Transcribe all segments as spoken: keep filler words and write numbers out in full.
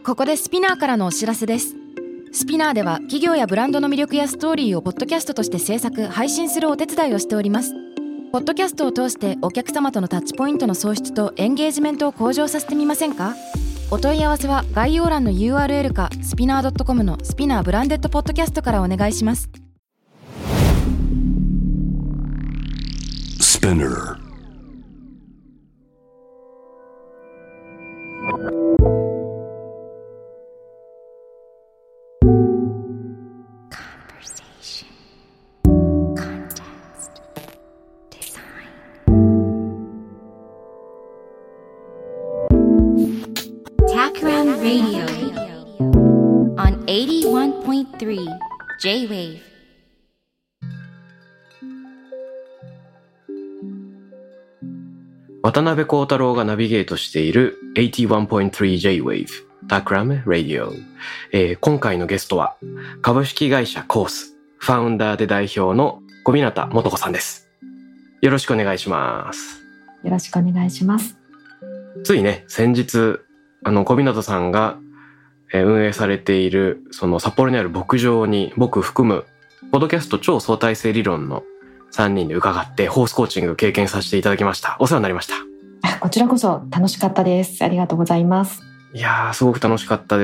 ここでスピナーからのお知らせです。スピナーでは企業やブランドの魅力やストーリーをポッドキャストとして制作・配信するお手伝いをしております。ポッドキャストを通してお客様とのタッチポイントの創出とエンゲージメントを向上させてみませんか？お問い合わせは概要欄の ユーアールエル かスピナー ドットコム のスピナーブランデッドポッドキャストからお願いします。スピナー Radio on エイティワンポイントスリー J-Wave。 渡辺幸太郎がナビゲートしている エイティワンポイントスリー J-Wave Takram Radio、えー、今回のゲストは株式会社コースファウンダーで代表の小日向素子さんです。よろしくお願いします。 よろしくお願いします。 ついね先日あの小日向さんが運営されているその札幌にある牧場に僕含むポッドキャスト超相対性理論のさんにんで伺ってホースコーチング経験させていただきました。お世話になりました。 こちらこそ楽しかったです。ありがとうございます。 いやーすごく楽しかったです。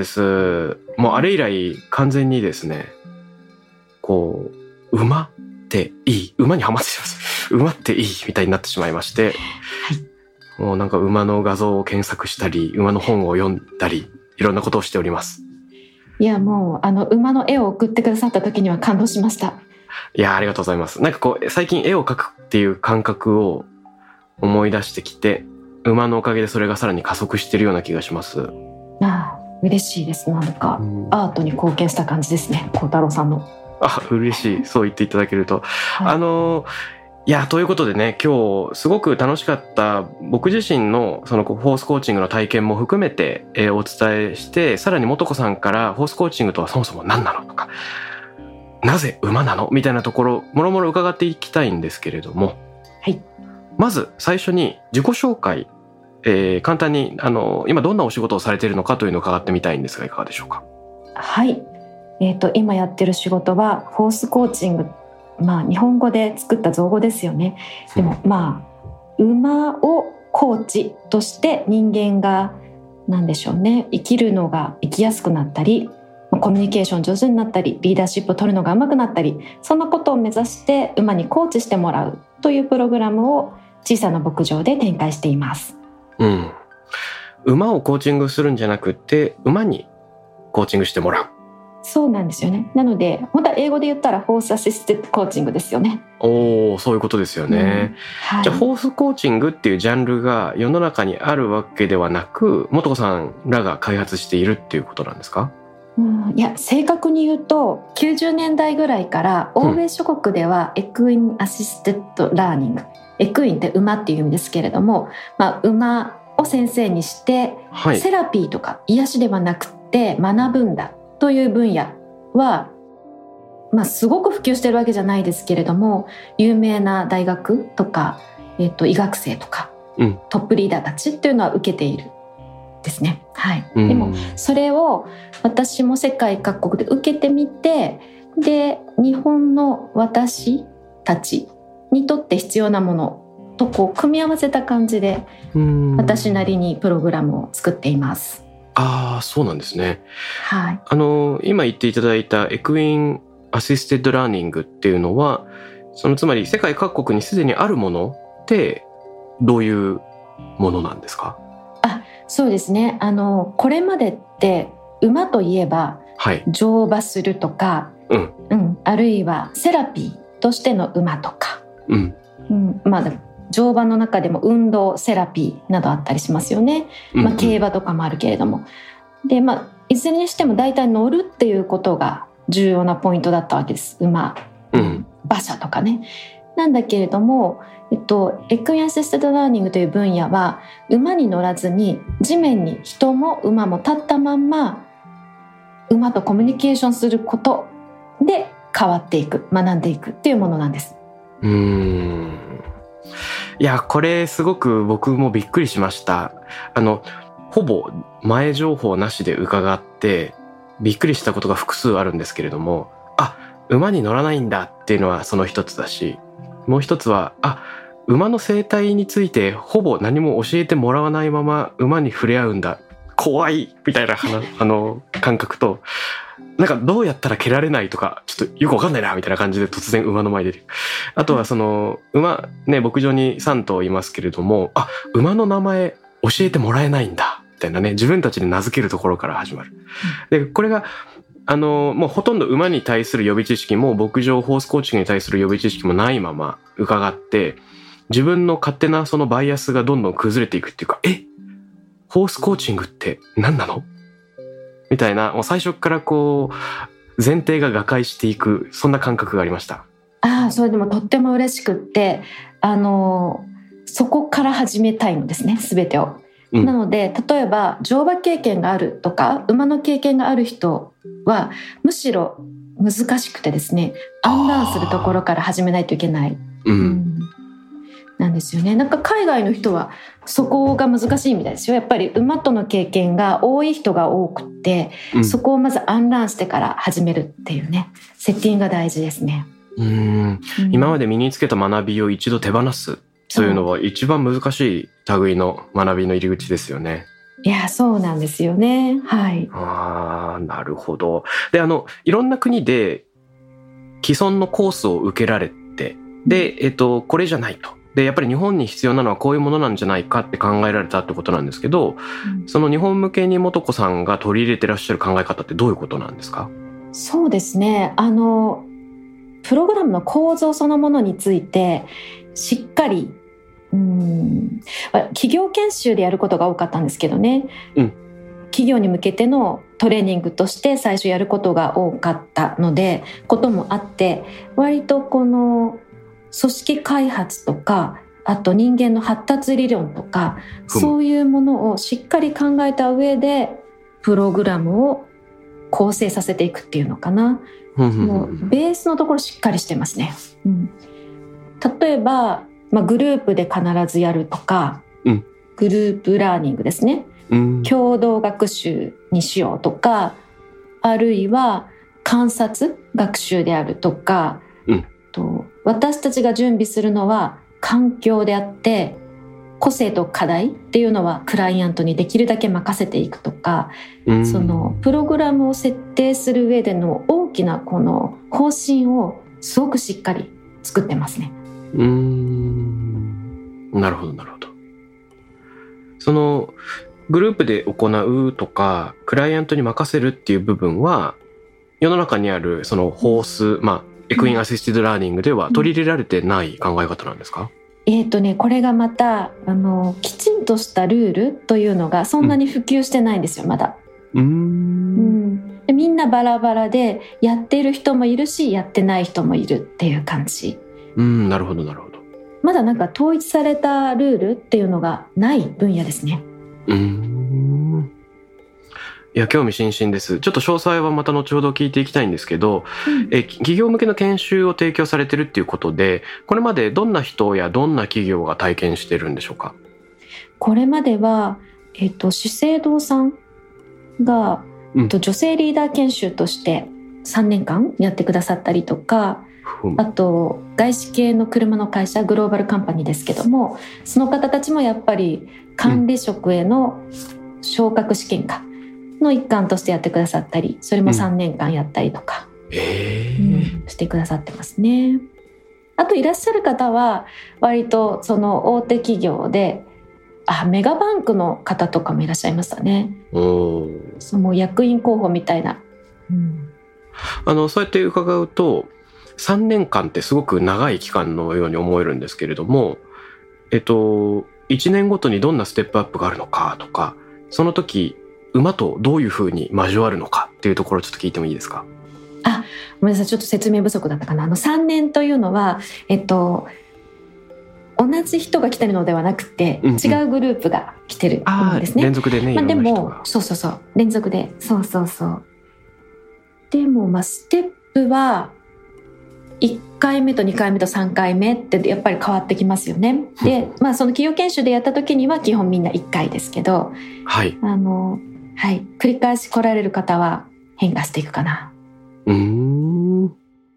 もうあれ以来完全にですねこう馬っていい馬にハマってしまいます馬っていいみたいになってしまいまして、はい、もうなんか馬の画像を検索したり馬の本を読んだりいろんなことをしております。 いやもうあの馬の絵を送ってくださった時には感動しました。 いやありがとうございます。なんかこう最近絵を描くっていう感覚を思い出してきて馬のおかげでそれがさらに加速しているような気がします。 ああ嬉しいです。なんかアートに貢献した感じですね幸太郎さんの。 あ嬉しいそう言っていただけると、はい、あのいやということでね今日すごく楽しかった僕自身のそのフォースコーチングの体験も含めて、えー、お伝えしてさらに素子さんからフォースコーチングとはそもそも何なのとかなぜ馬なのみたいなところもろもろ伺っていきたいんですけれども、 はい、 まず最初に自己紹介、えー、簡単にあの今どんなお仕事をされているのかというのを伺ってみたいんですがいかがでしょうか。 はい、えーと、今やってる仕事はフォースコーチング、まあ日本語で作った造語ですよね。でもまあ馬をコーチとして人間が何でしょうね生きるのが生きやすくなったりコミュニケーション上手になったりリーダーシップを取るのが上手くなったりそんなことを目指して馬にコーチしてもらうというプログラムを小さな牧場で展開しています。 うん、馬をコーチングするんじゃなくて馬にコーチングしてもらう。 そうなんですよね。なので本当は英語で言ったらフォースアシステッドコーチングですよね。 おーそういうことですよね、うんはい、じゃあフォースコーチングっていうジャンルが世の中にあるわけではなく素子さんらが開発しているっていうことなんですか。 うん、いや正確に言うときゅうじゅうねんだいぐらいから欧米諸国ではエクインアシステッドラーニング、うん、エクインって馬っていう意味ですけれども、まあ、馬を先生にして、はい、セラピーとか癒しではなくて学ぶんだという分野は、まあ、すごく普及してるわけじゃないですけれども有名な大学とか、えーと、医学生とか、うん、トップリーダーたちっていうのは受けているですね、はい、でもそれを私も世界各国で受けてみてで日本の私たちにとって必要なものとこう組み合わせた感じで私なりにプログラムを作っています。 ああそうなんですね、 はい、 あの今言っていただいたエクインアシステッドラーニングっていうのはそのつまり世界各国にすでにあるものってどういうものなんですか。 あそうですねあのこれまでって馬といえば、はい、乗馬するとか、うんうん、あるいはセラピーとしての馬とか、うんうんまあ、乗馬の中でも運動セラピーなどあったりしますよね、まあ、競馬とかもあるけれども、うんうんでまあ、いずれにしても大体乗るっていうことが重要なポイントだったわけです馬、うん、馬車とかねなんだけれども、えっと、エクインアシステッドラーニングという分野は馬に乗らずに地面に人も馬も立ったまんま馬とコミュニケーションすることで変わっていく学んでいくっていうものなんです。 うーんいやこれすごく僕もびっくりしました。あのほぼ前情報なしで伺ってびっくりしたことが複数あるんですけれども、あ、馬に乗らないんだっていうのはその一つだし、もう一つは、あ、馬の生態についてほぼ何も教えてもらわないまま馬に触れ合うんだ、怖いみたいなあの感覚と、なんかどうやったら蹴られないとかちょっとよくわかんないなみたいな感じで突然馬の前に出てくる。あとはその馬ね、牧場にさん頭いますけれども、あ、馬の名前教えてもらえないんだみたいなね、自分たちで名付けるところから始まる。でこれがあのもうほとんど馬に対する予備知識も牧場ホースコーチングに対する予備知識もないまま伺って、自分の勝手なそのバイアスがどんどん崩れていくっていうか、え、ホースコーチングって何なのみたいな、もう最初からこう前提が瓦解していく、そんな感覚がありました。 ああ、それでもとっても嬉しくって、あのそこから始めたいのですね、全てを。うん、なので例えば乗馬経験があるとか馬の経験がある人はむしろ難しくてですね、アンラーンするところから始めないといけない、うんうん、なんですよね。なんか海外の人はそこが難しいみたいですよ。やっぱり馬との経験が多い人が多くて、うん、そこをまずアンラーンしてから始めるっていうね、セッティングが大事ですね。 うん、うん、今まで身につけた学びを一度手放すというのは一番難しい類の学びの入り口ですよね。 いや、そうなんですよね。はい。 ああ、なるほど。で、あのいろんな国で既存のコースを受けられて、で、えっとこれじゃないと。で、やっぱり日本に必要なのはこういうものなんじゃないかって考えられたってことなんですけど、うん、その日本向けに素子さんが取り入れてらっしゃる考え方ってどういうことなんですか？ そうですね。あのプログラムの構造そのものについてしっかり、うーん、企業研修でやることが多かったんですけどね、うん、企業に向けてのトレーニングとして最初やることが多かったのでこともあって、割とこの組織開発とか、あと人間の発達理論とか、そういうものをしっかり考えた上でプログラムを構成させていくっていうのかな。もうベースのところしっかりしてますね、うん、例えば、まあ、グループで必ずやるとか、うん、グループラーニングですね、うん、共同学習にしようとか、あるいは観察学習であるとか、うん、と私たちが準備するのは環境であって、個性と課題っていうのはクライアントにできるだけ任せていくとか、うん、そのプログラムを設定する上での大きなこの方針をすごくしっかり作ってますね。 うーん、なるほどなるほど。そのグループで行うとかクライアントに任せるっていう部分は世の中にあるそのホース、まあエクインアシスティドラーニングでは取り入れられてない考え方なんですか？うんえーとね、これがまたあのきちんとしたルールというのがそんなに普及してないんですよ、うん、まだ。うーん、うん、でみんなバラバラでやっている人もいるしやってない人もいるっていう感じ。 うん、なるほどなるほど。 まだなんか統一されたルールっていうのがない分野ですね。 うーん、いや興味津々です。ちょっと詳細はまた後ほど聞いていきたいんですけど、うん、え企業向けの研修を提供されてるっていうことで、これまでどんな人やどんな企業が体験してるんでしょうか？ これまでは、えっと、資生堂さんが、うん、えっと、女性リーダー研修としてさんねんかんやってくださったりとか、うん、あと外資系の車の会社グローバルカンパニーですけども、その方たちもやっぱり管理職への昇格試験か、うんの一環としてやってくださったり、それもさんねんかんやったりとか、うんえーうん、してくださってますね。あといらっしゃる方は割とその大手企業で、あメガバンクの方とかもいらっしゃいましたね。おその役員候補みたいな、うん、 あのそうやって伺うとさんねんかんってすごく長い期間のように思えるんですけれども、えっといちねんごとにどんなステップアップがあるのかとか、その時馬とどういう風に交わるのかっていうところをちょっと聞いてもいいですか？ あ、ごめんなさい、ちょっと説明不足だったかな。あのさんねんというのは、えっと、同じ人が来てるのではなくて、うんうん、違うグループが来てるんですね。 連続でね、 まあ、でもそうそうそう連続でそうそうそうでもまあステップはいっかいめとにかいめとさんかいめってやっぱり変わってきますよね。で、まあ、その企業研修でやった時には基本みんないっかいですけど、 はい、 あの、はい、繰り返し来られる方は変化していくかな。 うーん。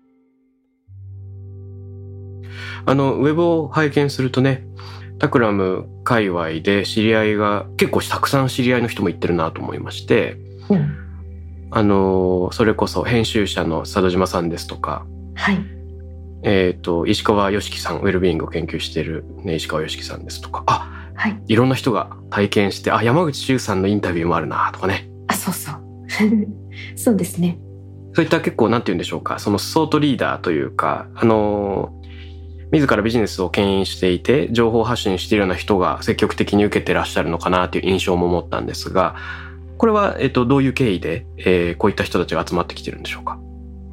あのウェブを拝見するとね、タクラム界隈で知り合いが結構たくさん知り合いの人もいってるなと思いまして、うん、あのそれこそ編集者の佐渡島さんですとか、 はい、 えーと、石川良樹さん、ウェルビーイングを研究している、ね、石川良樹さんですとか、あ、はい、いろんな人が体験して、あ、山口周さんのインタビューもあるなとかね。 あ、そうそうそうですね。 そういった結構なんて言うんでしょうか、そのソートリーダーというか、あの自らビジネスを牽引していて情報発信しているような人が積極的に受けてらっしゃるのかなという印象も持ったんですが、これは、えっと、どういう経緯で、えー、こういった人たちが集まってきてるんでしょうか。 うん、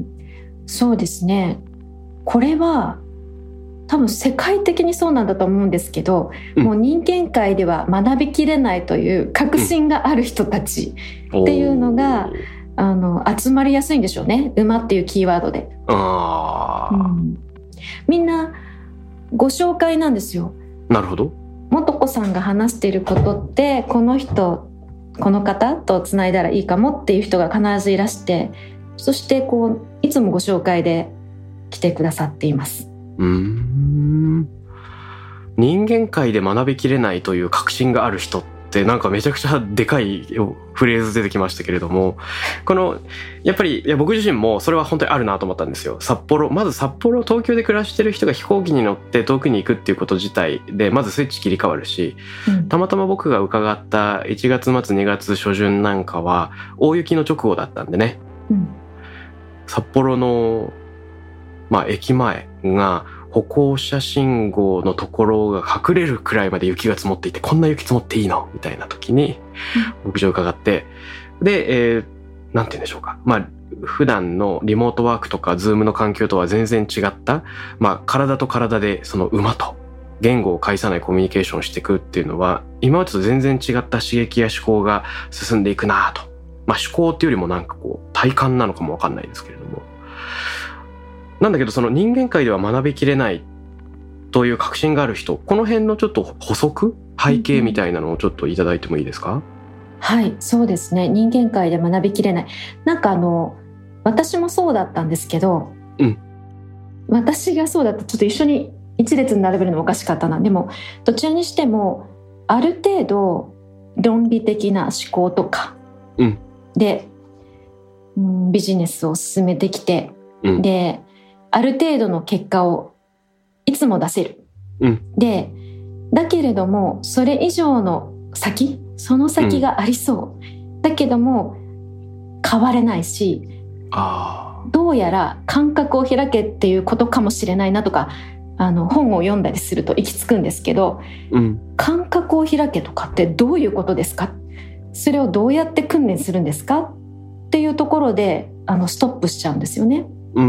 そうですね。これは多分世界的にそうなんだと思うんですけど、うん、もう人間界では学びきれないという確信がある人たちっていうのが、うん、あの集まりやすいんでしょうね。馬っていうキーワードで。あ、うん、みんなご紹介なんですよ。 なるほど。 元子さんが話していることってこの人この方とつないだらいいかもっていう人が必ずいらして、そしてこういつもご紹介で来てくださっています。 うーん、人間界で学びきれないという確信がある人ってなんかめちゃくちゃでかいフレーズ出てきましたけれども、このやっぱりいや僕自身もそれは本当にあるなと思ったんですよ。札幌、まず札幌、東京で暮らしてる人が飛行機に乗って遠くに行くっていうこと自体でまずスイッチ切り替わるし、うん、たまたま僕が伺ったいちがつ末にがつ初旬なんかは大雪の直後だったんでね、うん、札幌の、まあ、駅前が歩行者信号のところが隠れるくらいまで雪が積もっていて、こんな雪積もっていいのみたいな時に牧場を伺って、で、えー、なんて言うんでしょうか、まあ普段のリモートワークとかズームの環境とは全然違った、まあ体と体でその馬と言語を介さないコミュニケーションをしていくっていうのは今までと全然違った刺激や思考が進んでいくなと。まあ思考っていうよりもなんかこう体感なのかもわかんないですけれども、なんだけどその人間界では学びきれないという確信がある人、この辺のちょっと補足背景みたいなのをちょっといただいてもいいですか。うん、 はい、そうですね。人間界で学びきれない、なんかあの私もそうだったんですけど、うん、私がそうだったちょっと一緒に一列に並べるのもおかしかったな。でもどちらにしてもある程度論理的な思考とかで、うん、ビジネスを進めてきて、うん、である程度の結果をいつも出せる、うん、でだけれどもそれ以上の先その先がありそう、うん、だけども変われないし、あどうやら感覚を開けっていうことかもしれないなとか、あの本を読んだりすると行き着くんですけど、うん、感覚を開けとかってどういうことですか、それをどうやって訓練するんですかっていうところであのストップしちゃうんですよね。うん、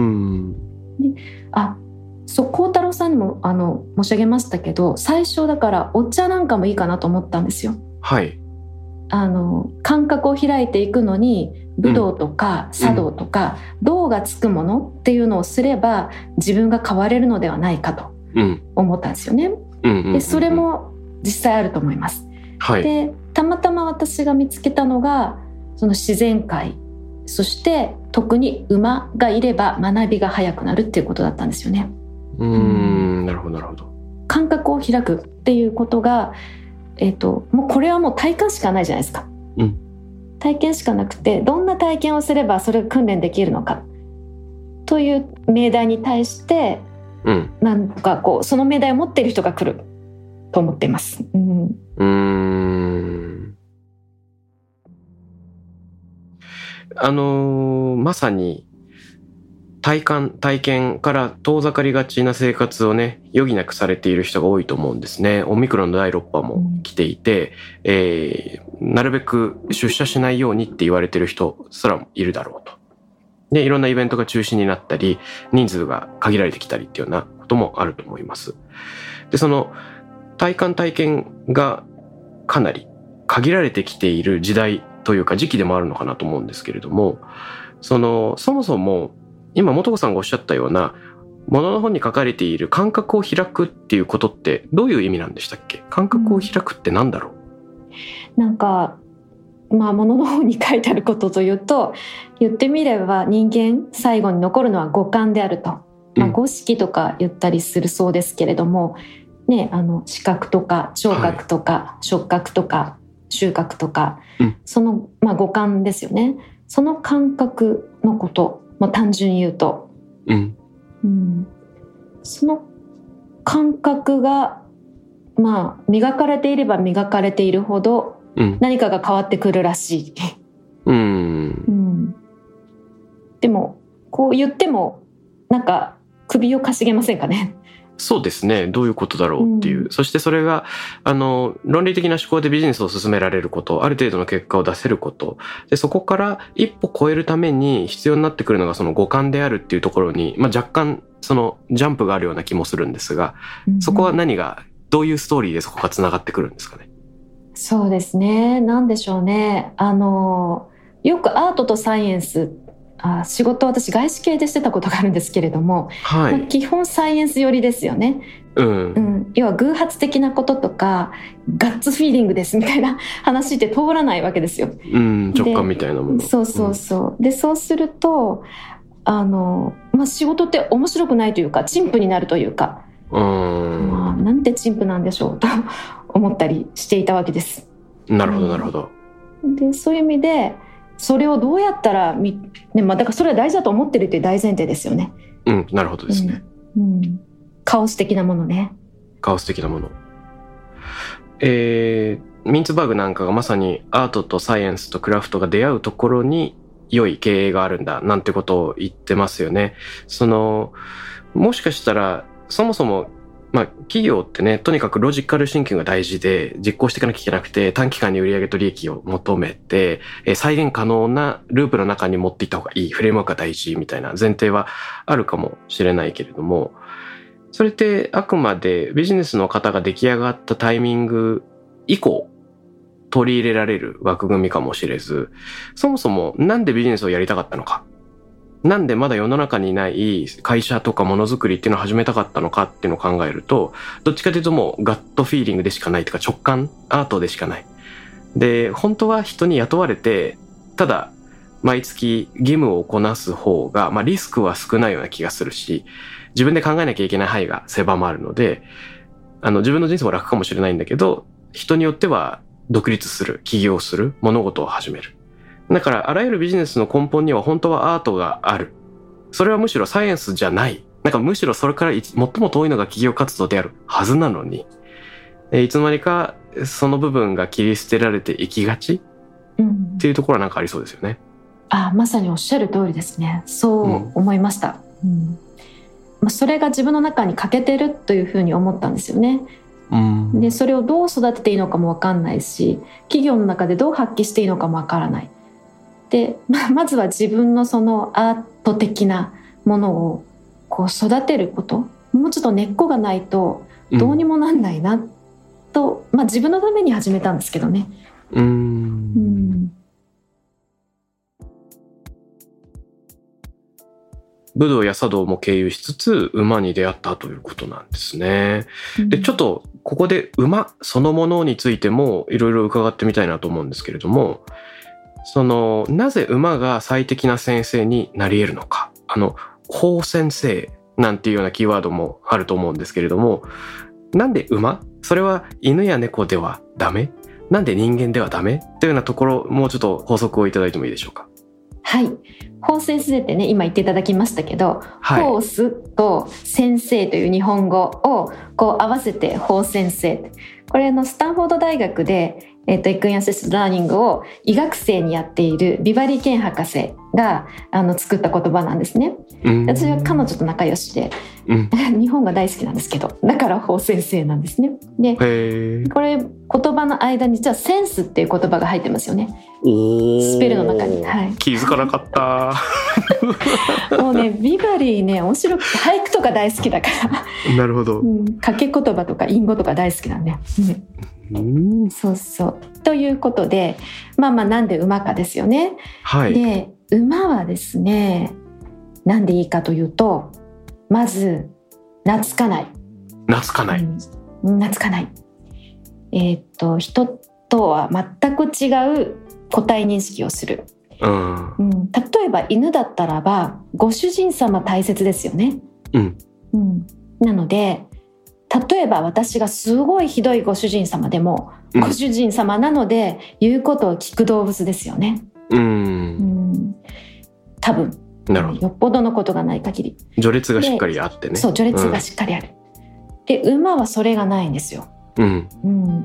であそう孝太郎さんにもあの申し上げましたけど、最初だからお茶なんかもいいかなと思ったんですよ。はい、あの感覚を開いていくのに武道とか茶道とか、うん、道がつくものっていうのをすれば自分が変われるのではないかと思ったんですよね。でそれも実際あると思います。はい、でたまたま私が見つけたのがその自然界、そして特に馬がいれば学びが早くなるっていうことだったんですよね。 うーん、なるほどなるほど。 感覚を開くっていうことが、えーと、もうこれはもう体感しかないじゃないですか。うん、体験しかなくて、どんな体験をすればそれが訓練できるのかという命題に対して、うん、なんかこうその命題を持っている人が来ると思っています。うん、うーんあのー、まさに体感体験から遠ざかりがちな生活をね余儀なくされている人が多いと思うんですね。オミクロンのだいろく波も来ていて、うん、えー、なるべく出社しないようにって言われている人すらもいるだろうと。でいろんなイベントが中止になったり人数が限られてきたりっていうようなこともあると思います。でその体感体験がかなり限られてきている時代というか時期でもあるのかなと思うんですけれども、そのそもそも今素子さんがおっしゃったようなものの本に書かれている感覚を開くっていうことってどういう意味なんでしたっけ？感覚を開くってなんだろう？ うん、なんかまあものの本に書いてあることというと、言ってみれば人間最後に残るのは五感であると、まあ、五色とか言ったりするそうですけれども、うんね、あの視覚とか聴覚とか、はい、触覚とか収穫とか、うん、その、まあ、五感ですよね。その感覚のことも単純に言うと、 うんうん、その感覚がまあ磨かれていれば磨かれているほど何かが変わってくるらしい、 うんうん、 でもこう言ってもなんか首をかしげませんかね。 そうですね。どういうことだろうっていう、うん、そしてそれがあの論理的な思考でビジネスを進められること、ある程度の結果を出せることで、そこから一歩超えるために必要になってくるのがその五感であるっていうところに、まあ、若干そのジャンプがあるような気もするんですが、うん、そこは何がどういうストーリーでそこがつながってくるんですかね。 そうですね。なんでしょうね。あのよくアートとサイエンス、あ仕事私外資系でしてたことがあるんですけれども、 はい、 まあ、基本サイエンス寄りですよね、 うんうん、要は偶発的なこととかガッツフィーリングですみたいな話って通らないわけですよ、 うん、直感みたいなもの。 そうそうそう、うん、でそうするとあの、まあ、仕事って面白くないというか陳腐になるというか、 うん、 まあ、なんて陳腐なんでしょうと思ったりしていたわけです。 なるほどなるほど、 うん、でそういう意味でそれをどうやったら、ねまあ、だからそれは大事だと思ってるという大前提ですよね。 うん、なるほどですね、 うんうん、カオス的なものね。 カオス的なもの、えー、ミンツバーグなんかがまさにアートとサイエンスとクラフトが出会うところに良い経営があるんだなんてことを言ってますよね。そのもしかしたらそもそもまあ、企業ってね、とにかくロジカルシンキングが大事で実行していかなきゃいけなくて、短期間に売上と利益を求めて、えー、再現可能なループの中に持っていった方がいい、フレームワークが大事みたいな前提はあるかもしれないけれども、それってあくまでビジネスの方が出来上がったタイミング以降取り入れられる枠組みかもしれず、そもそもなんでビジネスをやりたかったのか、なんでまだ世の中にない会社とかものづくりっていうのを始めたかったのかっていうのを考えると、どっちかというともうガットフィーリングでしかないというか直感アートでしかない。で、本当は人に雇われて、ただ毎月義務をこなす方が、まあリスクは少ないような気がするし、自分で考えなきゃいけない範囲が狭まるので、あの自分の人生も楽かもしれないんだけど、人によっては独立する、起業する、物事を始める。だからあらゆるビジネスの根本には本当はアートがある。それはむしろサイエンスじゃない。なんかむしろそれから最も遠いのが企業活動であるはずなのに、いつの間にかその部分が切り捨てられていきがち、うん、っていうところはなんかありそうですよね。 あ、まさにおっしゃる通りですね。そう思いました、うんうんまあ、それが自分の中に欠けてるというふうに思ったんですよね。うん、でそれをどう育てていいのかも分かんないし、企業の中でどう発揮していいのかも分からない。で、まあ、まずは自分のそのアート的なものをこう育てること、もうちょっと根っこがないとどうにもなんないなと、うんまあ、自分のために始めたんですけどね。 うーんうん武道や茶道も経由しつつ馬に出会ったということなんですね。うん、でちょっとここで馬そのものについてもいろいろ伺ってみたいなと思うんですけれども、そのなぜ馬が最適な先生になり得るのか、あの法先生なんていうようなキーワードもあると思うんですけれども、なんで馬？それは犬や猫ではダメ？なんで人間ではダメ？というようなところ、もうちょっと補足をいただいてもいいでしょうか。 はい、法先生ってね今言っていただきましたけど、はい、法スと先生という日本語をこう合わせて法先生、これのスタンフォード大学でえっと、エクインアシストラーニングを医学生にやっているビバリー・ケン博士があの作った言葉なんですね。私は彼女と仲良しで、うん、日本が大好きなんですけど、だから法先生なんですね。でこれ言葉の間に実はセンスっていう言葉が入ってますよね。スペルの中に、はい、 気づかなかったもうねビバリーね面白くて俳句とか大好きだからなるほど、 うん、掛け言葉とか隠語とか大好きなんで、うん、うんそうそうということで、まあまあなんで馬かですよね。 はい、 で馬はですねなんでいいかというと、まず懐かない懐かない、 うん、懐かない、えー、っと人とは全く違う個体認識をする、 うんうん、例えば犬だったらばご主人様大切ですよね、 うんうん、なので例えば私がすごいひどいご主人様でも、うん、ご主人様なので言うことを聞く動物ですよね、 うん、 うん、多分なるほど。 よっぽどのことがない限り序列がしっかりあってね。 そう、序列がしっかりある、うん、で馬はそれがないんですよ、 うんうん、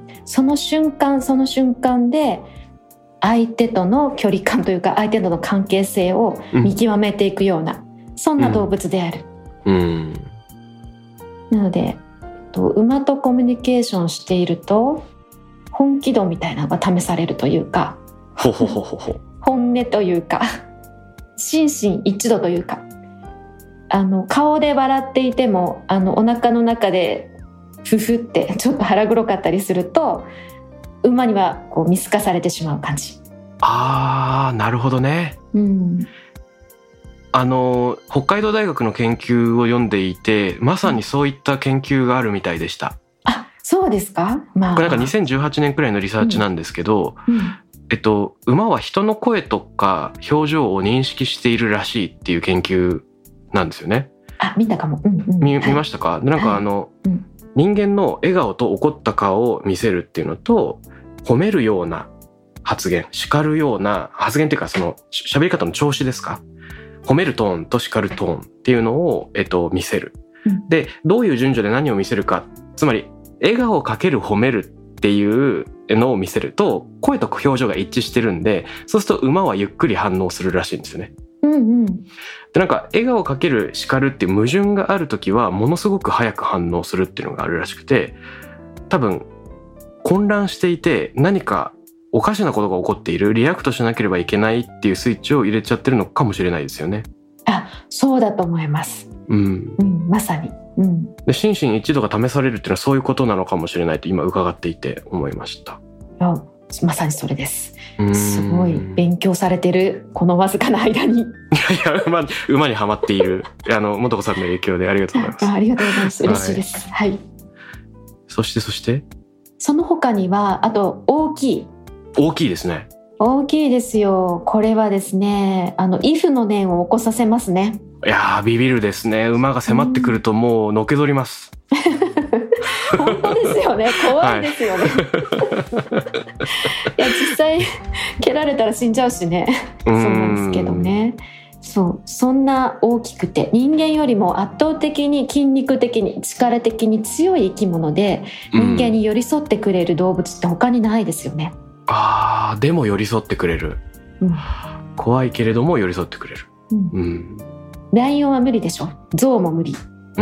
その瞬間その瞬間で相手との距離感というか相手との関係性を見極めていくような、うん、そんな動物である、 うんうん、 なので馬とコミュニケーションしていると本気度みたいなのが試されるというか、 ほほほほほ本音というか心身一致度というか、あの顔で笑っていてもあのお腹の中でふふってちょっと腹黒かったりすると馬にはこう見透かされてしまう感じ。 あー、なるほどね、 うん、 あの北海道大学の研究を読んでいてまさにそういった研究があるみたいでした。 あ、そうですか、まあ、 これなんかにせんじゅうはちねんくらいのリサーチなんですけど、 うんうんえっと、馬は人の声とか表情を認識しているらしいっていう研究なんですよね。 あ、見たかも、うんうん、 見、見ましたか？なんかあの、はいうん、人間の笑顔と怒った顔を見せるっていうのと褒めるような発言、叱るような発言っていうかその喋り方の調子ですか？褒めるトーンと叱るトーンっていうのを、えっと、見せる、うん、でどういう順序で何を見せるか、つまり笑顔かける褒めるっていうのを見せると声と表情が一致してるんで、そうすると馬はゆっくり反応するらしいんですよね、 うんうん、 でなんか笑顔かける叱るっていう矛盾があるときはものすごく早く反応するっていうのがあるらしくて、多分混乱していて何かおかしなことが起こっている、リアクトしなければいけないっていうスイッチを入れちゃってるのかもしれないですよね。 あ、そうだと思います、 うんうん、まさに、うん、 で心身一致度が試されるっていうのはそういうことなのかもしれないと今伺っていて思いました。 まさにそれです。すごい勉強されてるこのわずかな間にいやいや 馬, 馬にはまっているあの素子さんの影響でありがとうございます。 あ, ありがとうございます。嬉しいです、はいはい、 そしてそしてその他にはあと大きい大きいですね。 大きいですよ。これはですね、あのイフの念を起こさせますね。 いやービビるですね。馬が迫ってくるともうのけぞります。 本当ですよね。怖いですよね、はい、いや実際蹴られたら死んじゃうしね。そうなんですけどね。そうそんな大きくて人間よりも圧倒的に筋肉的に力的に強い生き物で、人間に寄り添ってくれる動物って他にないですよね。 あーでも寄り添ってくれる、うん、怖いけれども寄り添ってくれる、うんうん、 ライオンは無理でしょ。ゾウも無理、 うん、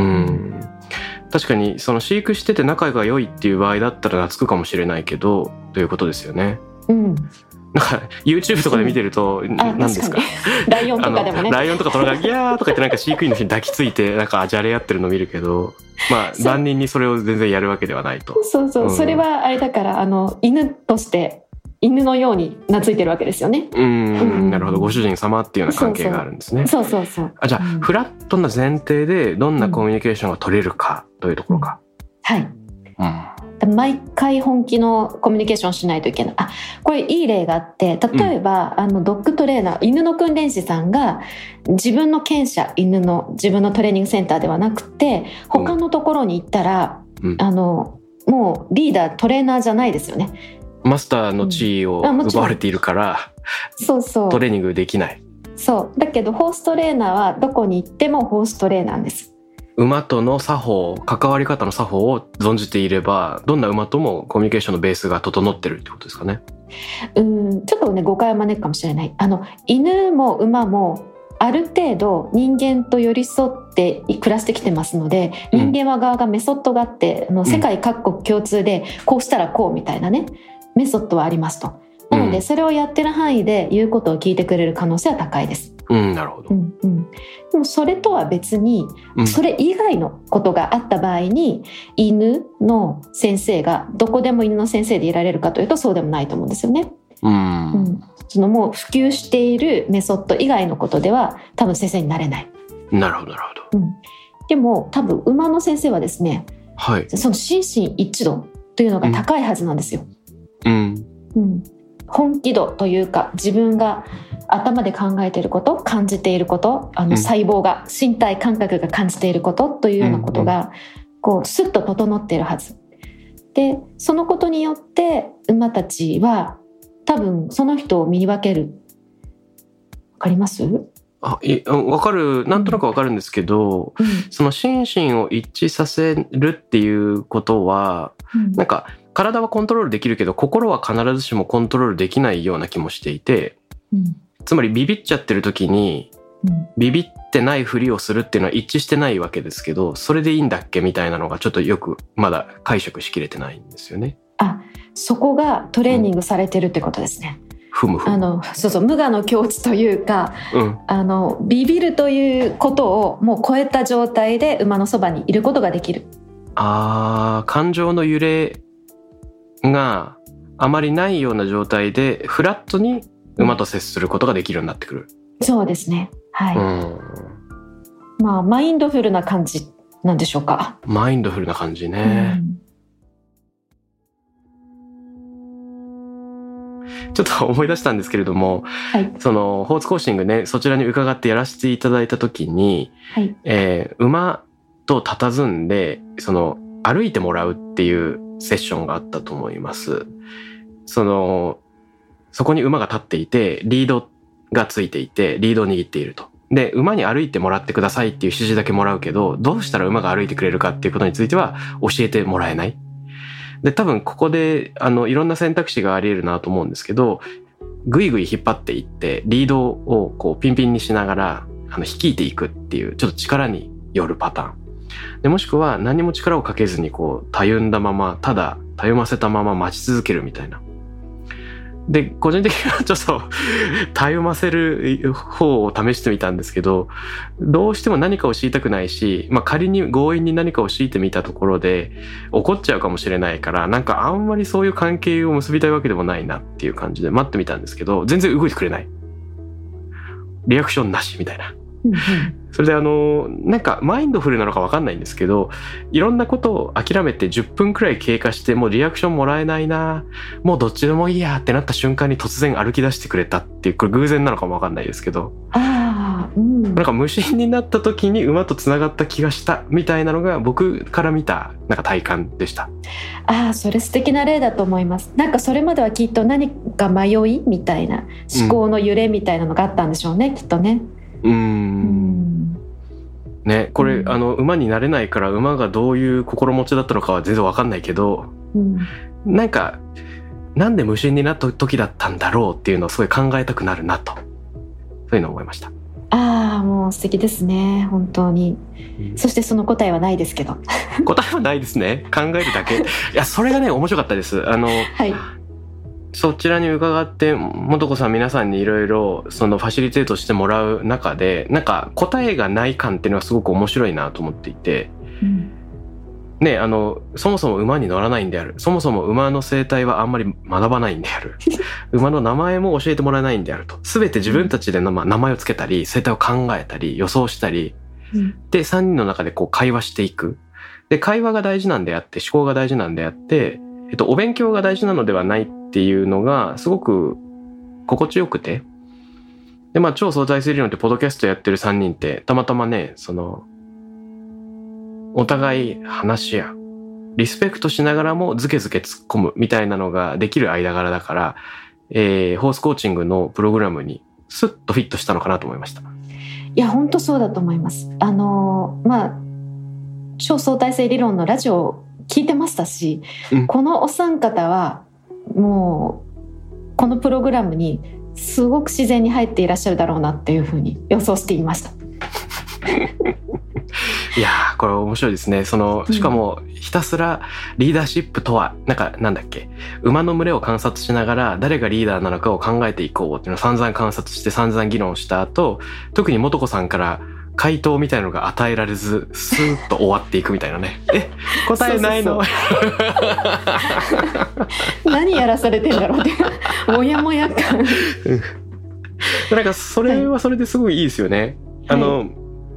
確かにその飼育してて仲が良いっていう場合だったら懐くかもしれないけどということですよね。 うんなんか YouTube とかで見てると、うん、何ですかライオンとかでもねライオンとかトラがギャーとか言ってなんか飼育員の人に抱きついてなんかじゃれ合ってるの見るけど、まあ万人にそれを全然やるわけではないと。 そうそう、うん、それはあれだからあの犬として犬のように懐いてるわけですよね。 うん、うん、なるほど。ご主人様っていうような関係があるんですね。 そうそうそう。 あ、じゃあ、うん、フラットな前提でどんなコミュニケーションが取れるかというところか、 うん、はい、うん、毎回本気のコミュニケーションしないといけない。あ、これいい例があって、例えば、うん、あのドッグトレーナー、犬の訓練士さんが自分の犬舎、犬の自分のトレーニングセンターではなくて他のところに行ったら、うん、あのもうリーダートレーナーじゃないですよね。 マスターの地位を奪われているから、 うん、そうそうトレーニングできない。 そうだけどホーストレーナーはどこに行ってもホーストレーナーです。 馬との作法、関わり方の作法を存じていればどんな馬ともコミュニケーションのベースが整ってるってことですかね。 うんちょっとね誤解を招くかもしれない。あの犬も馬もある程度人間と寄り添って暮らしてきてますので、人間は側がメソッドがあって、うん、あの世界各国共通でこうしたらこうみたいなねメソッドはありますと。なのでそれをやってる範囲で言うことを聞いてくれる可能性は高いです。 うん、なるほど、 うんうん、でもそれとは別に、うん、それ以外のことがあった場合に犬の先生がどこでも犬の先生でいられるかというとそうでもないと思うんですよね。 うんうん、そのもう普及しているメソッド以外のことでは多分先生になれない。 なるほどなるほど、 うん、でも多分馬の先生はですね、 はい、 その心身一致度というのが高いはずなんですよ、 うんうん、本気度というか、自分が頭で考えていること、感じていること、あの細胞が、うん、身体感覚が感じていることというようなことが、うんうん、こうスッと整っているはずで、そのことによって馬たちは多分その人を見分ける。わかります？ あ、い分かる、なんとなく分かるんですけど、うん、その心身を一致させるっていうことは、うん、なんか体はコントロールできるけど心は必ずしもコントロールできないような気もしていて、うん、つまりビビっちゃってる時に、うん、ビビってないふりをするっていうのは一致してないわけですけど、それでいいんだっけみたいなのがちょっとよくまだ解釈しきれてないんですよね。 あ、そこがトレーニングされてるってことですね、うん、 ふむふむ。 あのそうそう、無我の境地というか、うん、あのビビるということをもう超えた状態で馬のそばにいることができる。 あー、感情の揺れがあまりないような状態でフラットに馬と接することができるようになってくる、 うん、そうですね、はい、うん、まあマインドフルな感じなんでしょうか。 マインドフルな感じね、うん、ちょっと思い出したんですけれども、はい、そのホーツコーチングね、そちらに伺ってやらせていただいた時に、はい、えー、馬と佇んでその歩いてもらうっていうセッションがあったと思います。そのそこに馬が立っていてリードがついていてリードを握っていると。で、馬に歩いてもらってくださいっていう指示だけもらうけど、どうしたら馬が歩いてくれるかっていうことについては教えてもらえない。で、多分ここであのいろんな選択肢があり得るなと思うんですけど、ぐいぐい引っ張っていってリードをこうピンピンにしながらあの率いていくっていうちょっと力によるパターンで、もしくは何も力をかけずにこうたゆんだまま、ただたゆませたまま待ち続けるみたいな。で、個人的にはちょっとたゆませる方を試してみたんですけど、どうしても何かを強いたくないし、まあ仮に強引に何かを強いてみたところで怒っちゃうかもしれないから、なんかあんまりそういう関係を結びたいわけでもないなっていう感じで待ってみたんですけど、全然動いてくれない。リアクションなしみたいな。うんうん、それであのなんかマインドフルなのか分かんないんですけど、いろんなことを諦めてじゅっぷんくらい経過してもうリアクションもらえないな、もうどっちでもいいやってなった瞬間に突然歩き出してくれたっていう、これ偶然なのかも分かんないですけど、 あ、うん、 なんか無心になった時に馬とつながった気がしたみたいなのが僕から見たなんか体感でした。 ああ、それ素敵な例だと思います。なんかそれまではきっと何か迷いみたいな思考の揺れみたいなのがあったんでしょうね、うん、きっとね。 うーんね、これ、うん、あの馬になれないから馬がどういう心持ちだったのかは全然わかんないけど、うん、なんかなんで無心になった時だったんだろうっていうのをすごい考えたくなるなと、そういうのを思いました。 ああ、もう素敵ですね、本当に、うん、そしてその答えはないですけど答えはないですね、考えるだけ。いや、それがね面白かったです。あの、はい、そちらに伺って素子さん皆さんにいろいろそのファシリテートしてもらう中で、なんか答えがない感っていうのはすごく面白いなと思っていて、うん、ね、あのそもそも馬に乗らないんである、そもそも馬の生態はあんまり学ばないんである馬の名前も教えてもらえないんであると、全て自分たちで、まあ、名前をつけたり生態を考えたり予想したり、うん、でさんにんの中でこう会話していく。で、会話が大事なんであって思考が大事なんであって、えっと、お勉強が大事なのではないっていうのがすごく心地よくて、で、まあ超相対性理論ってポッドキャストやってるさんにんってたまたまね、そのお互い話し合う、リスペクトしながらもズケズケ突っ込むみたいなのができる間柄だから、えー、ホースコーチングのプログラムにスッとフィットしたのかなと思いました。いや、本当そうだと思います。あのまあ超相対性理論のラジオ聞いてましたし、うん、このお三方はもうこのプログラムにすごく自然に入っていらっしゃるだろうなっていうふうに予想していましたいやー、これ面白いですね。そのしかもひたすらリーダーシップとは、なんかなんだっけ、馬の群れを観察しながら誰がリーダーなのかを考えていこうっていうのを散々観察して散々議論した後、特に素子さんから回答みたいなのが与えられずスーッと終わっていくみたいなねえ、答えないのそうそうそう何やらされてんだろうってもやもや感なんかそれはそれですごいいいですよね、はい、あの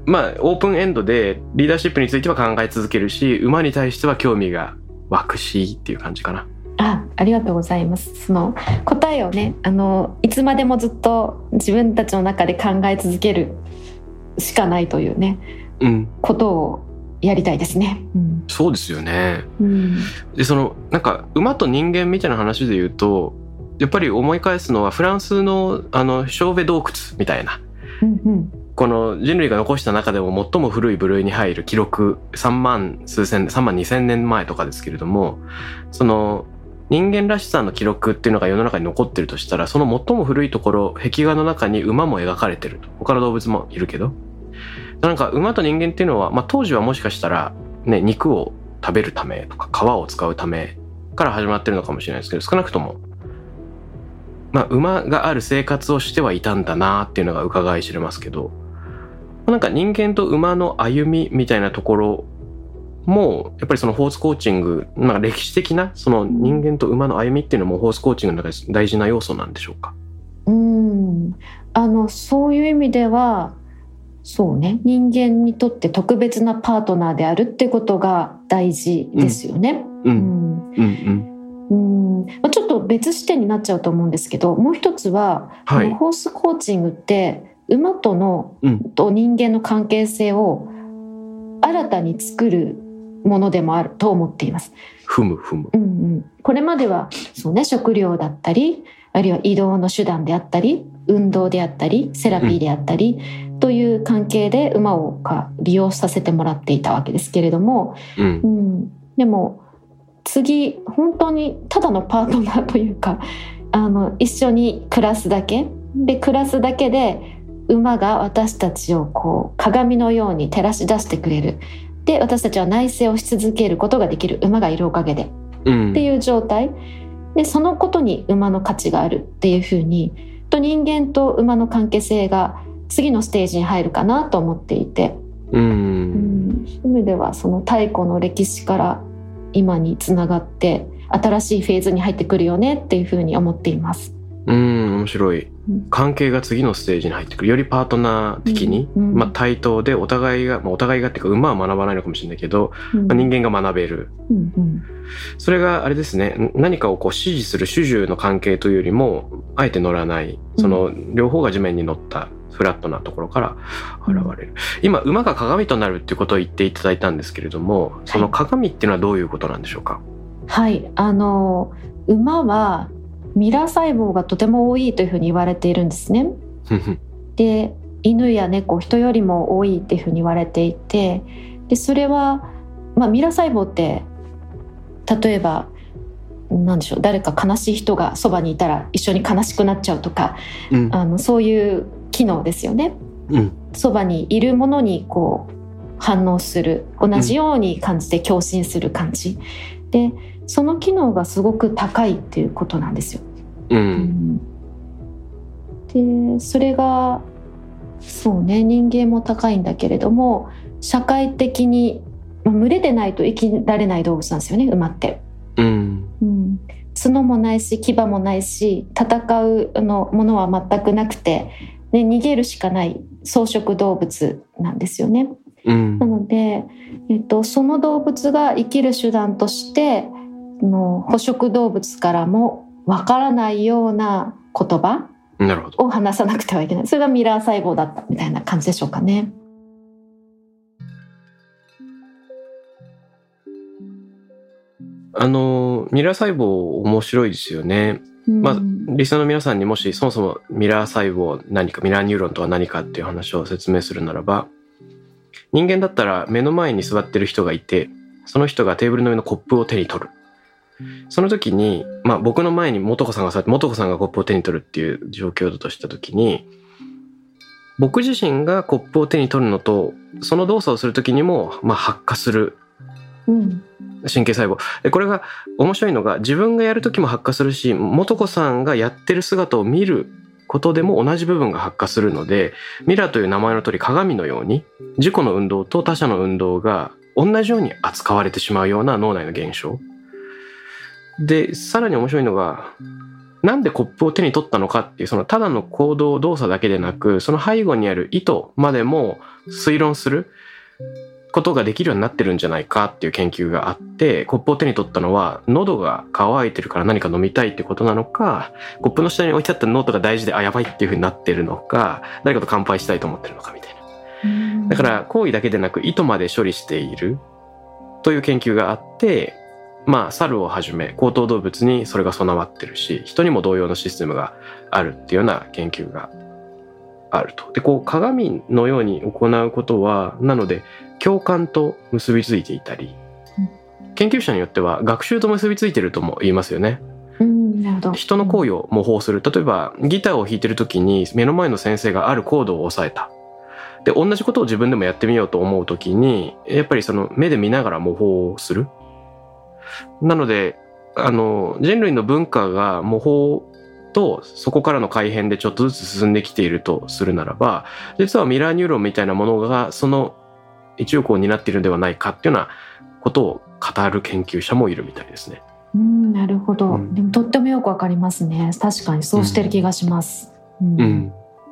まあオープンエンドでリーダーシップについては考え続けるし、馬に対しては興味が湧くしっていう感じかな。 あ、ありがとうございます。その答えをね、あのいつまでもずっと自分たちの中で考え続けるしかないというね、うん、ことをやりたいですね。うん、 そうですよね。 うん、 でそのなんか馬と人間みたいな話で言うと、やっぱり思い返すのはフランスのあのショーベ洞窟みたいな、 うんうん、 この人類が残した中でも最も古い部類に入る記録、さんまん数千、さんまんにせんねんまえとかですけれども、その人間らしさの記録っていうのが世の中に残ってるとしたら、その最も古いところ、壁画の中に馬も描かれてると。他の動物もいるけど、なんか馬と人間っていうのは、まあ、当時はもしかしたら、ね、肉を食べるためとか皮を使うためから始まってるのかもしれないですけど、少なくとも、まあ、馬がある生活をしてはいたんだなっていうのが伺い知れますけど、なんか人間と馬の歩みみたいなところもやっぱりそのホースコーチング、なんか歴史的なその人間と馬の歩みっていうのもホースコーチングの中で大事な要素なんでしょうか。 うーん、あのそういう意味ではそうね、人間にとって特別なパートナーであるってことが大事ですよね。 うんうんうんうんうん、ちょっと別視点になっちゃうと思うんですけど、もう一つは、はい、ホースコーチングって馬との、うん、と人間の関係性を新たに作るものでもあると思っています。 ふむふむ、 うんうん、これまではそう、ね、食料だったり、あるいは移動の手段であったり、運動であったり、セラピーであったり、うん、という関係で馬を利用させてもらっていたわけですけれども、 うんうん、でも次本当にただのパートナーというか、あの一緒に暮らすだけで暮らすだけで馬が私たちをこう鏡のように照らし出してくれる。で、私たちは内省をし続けることができる、馬がいるおかげで、うん、っていう状態で、そのことに馬の価値があるっていうふうにと人間と馬の関係性が次のステージに入るかなと思っていて、 うんうん、 そういう意味ではその太古の歴史から今につながって新しいフェーズに入ってくるよねっていうふうに思っています。 うん、面白い。関係が次のステージに入ってくる、よりパートナー的に、うんうん、まあ、対等でお互いが、まあ、お互いがっていうか馬は学ばないのかもしれないけど、うんまあ、人間が学べる、 うんうん、 それがあれですね、何かをこう支持する主従の関係というよりもあえて乗らない、その両方が地面に乗ったフラットなところから現れる、うん、今馬が鏡となるっていうことを言っていただいたんですけれども、その鏡っていうのはどういうことなんでしょうか。 はい、あの馬はミラー細胞がとても多いというふうに言われているんですねで、犬や猫、人よりも多いっていうふうに言われていて、でそれは、まあ、ミラー細胞って例えばなんでしょう、誰か悲しい人がそばにいたら一緒に悲しくなっちゃうとか、うん、あのそういう機能ですよね。そば、うん、にいるものにこう反応する、同じように感じて共振する感じ、うん、でその機能がすごく高いっていうことなんですよ、 うんうん、でそれがそうね、人間も高いんだけれども社会的に、まあ、群れでないと生きられない動物なんですよね、馬って、 うんうん、角もないし牙もないし戦うのものは全くなくて、ね、逃げるしかない草食動物なんですよね、 うん、 なので、えっと、その動物が生きる手段としての捕食動物からもわからないような言葉を話さなくてはいけない。それがミラー細胞だったみたいな感じでしょうかね。 あのミラー細胞面白いですよね、うんまあ、リスナーの皆さんにもしそもそもミラー細胞何か、ミラーニューロンとは何かっていう話を説明するならば、人間だったら目の前に座ってる人がいて、その人がテーブルの上のコップを手に取る。その時に、まあ僕の前に素子さんが座って、素子さんがコップを手に取るっていう状況だとした時に、僕自身がコップを手に取るのと、その動作をする時にも、まあ発火する神経細胞。でこれが面白いのが、自分がやる時も発火するし、素子さんがやってる姿を見ることでも同じ部分が発火するので、ミラーという名前の通り鏡のように自己の運動と他者の運動が同じように扱われてしまうような脳内の現象で、さらに面白いのがなんでコップを手に取ったのかっていうそのただの行動動作だけでなく、その背後にある意図までも推論することができるようになってるんじゃないかっていう研究があって、コップを手に取ったのは喉が渇いてるから何か飲みたいってことなのか、コップの下に置いてあったノートが大事であやばいっていう風になってるのか、誰かと乾杯したいと思ってるのかみたいな。だから行為だけでなく意図まで処理しているという研究があって、まあ猿をはじめ高等動物にそれが備わってるし、人にも同様のシステムがあるっていうような研究があると。でこう鏡のように行うことはなので共感と結びついていたり、研究者によっては学習と結びついてるとも言いますよね。 うん、なるほど。 人の行為を模倣する。例えばギターを弾いてる時に目の前の先生があるコードを押さえた。で同じことを自分でもやってみようと思う時にやっぱりその目で見ながら模倣する。なのであの人類の文化が模倣とそこからの改変でちょっとずつ進んできているとするならば、実はミラーニューロンみたいなものがその一翼を担っているのではないかっていうようなことを語る研究者もいるみたいですね。 うん、なるほど、 うん、 でもとってもよくわかりますね。確かにそうしてる気がします、うんうん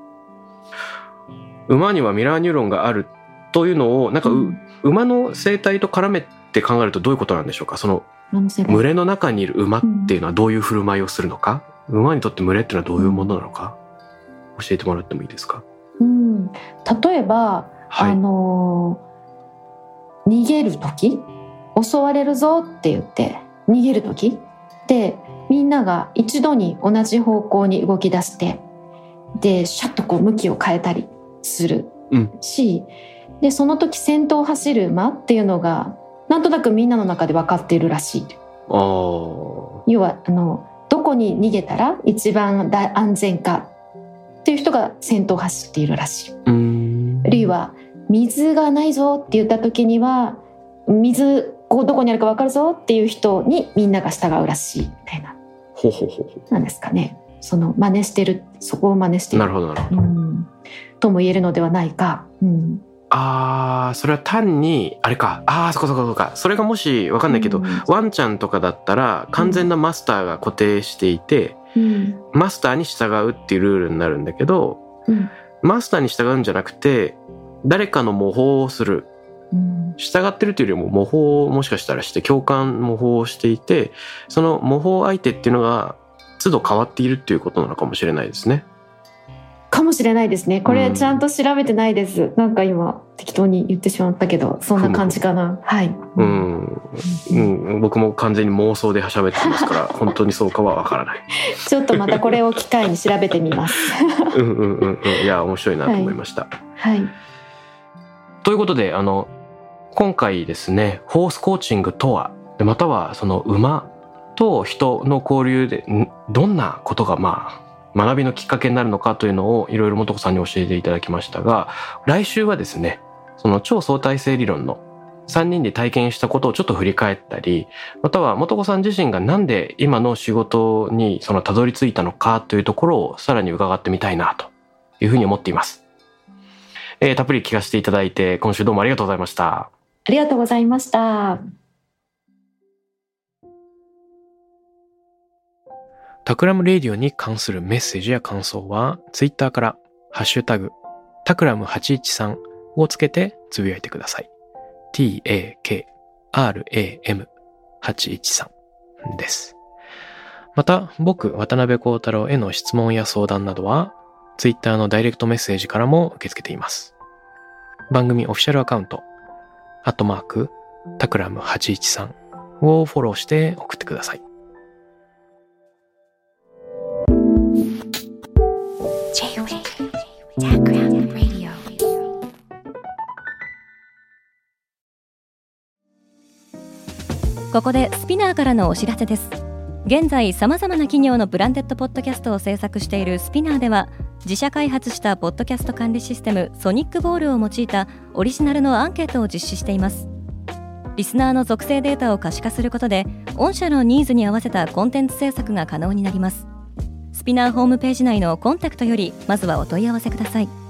うん、馬にはミラーニューロンがあるというのをなんか、うん、馬の生態と絡めて考えるとどういうことなんでしょうか。その群れの中にいる馬っていうのはどういう振る舞いをするのか、うん、馬にとって群れっていうのはどういうものなのか、うん、教えてもらってもいいですか。 うん、例えば、はい、あの逃げる時、襲われるぞって言って逃げる時でみんなが一度に同じ方向に動き出して、でシャッとこう向きを変えたりするし、うん、でその時先頭を走る馬っていうのがなんとなくみんなの中で分かっているらしい。 あー、 要はあのどこに逃げたら一番安全かっていう人が先頭を走っているらしい。 うーん、 あるいは水がないぞって言った時には水こうどこにあるか分かるぞっていう人にみんなが従うらしいみたいな。 ほほほほ。 なんですかね。その真似してる、そこを真似している。 なるほどなるほど、うん、 とも言えるのではないか。うん、 あー、それは単にあれか、あーそこそこそこか。それがもし分かんないけど、うん、ワンちゃんとかだったら完全なマスターが固定していて、うん、マスターに従うっていうルールになるんだけど、うん、マスターに従うんじゃなくて誰かの模倣をする、うん、従ってるというよりも模倣をもしかしたらして共感模倣をしていて、その模倣相手っていうのが都度変わっているっていうことなのかもしれないですね。 かもしれないですね。これちゃんと調べてないです、うん、なんか今適当に言ってしまったけどそんな感じかな。はい、 うんうん、僕も完全に妄想で喋ってますから本当にそうかはわからないちょっとまたこれを機会に調べてみますうんうんうん、うん、いや面白いなと思いました。 はい、はい、 ということであの今回ですね、ホースコーチングとは、またはその馬と人の交流でどんなことがまあ学びのきっかけになるのかというのをいろいろ素子さんに教えていただきましたが、来週はですね、その超相対性理論のさんにんで体験したことをちょっと振り返ったり、または素子さん自身がなんで今の仕事にそのたどり着いたのかというところをさらに伺ってみたいなというふうに思っています。えー、たっぷり聞かせていただいて今週どうもありがとうございました。 ありがとうございました。 タクラムレディオに関するメッセージや感想はツイッターからハッシュタグタクラムはちいちさんをつけてつぶやいてください。 タクラムはちいちさん です。また僕渡辺幸太郎への質問や相談などはツイッターのダイレクトメッセージからも受け付けています。番組オフィシャルアカウントアットマークタクラムはちいちさんをフォローして送ってください。 ここでスピナーからのお知らせです。現在さまざまな企業のブランデッドポッドキャストを制作しているスピナーでは、自社開発したポッドキャスト管理システムソニックボールを用いたオリジナルのアンケートを実施しています。リスナーの属性データを可視化することで御社のニーズに合わせたコンテンツ制作が可能になります。スピナーホームページ内のコンタクトよりまずはお問い合わせください。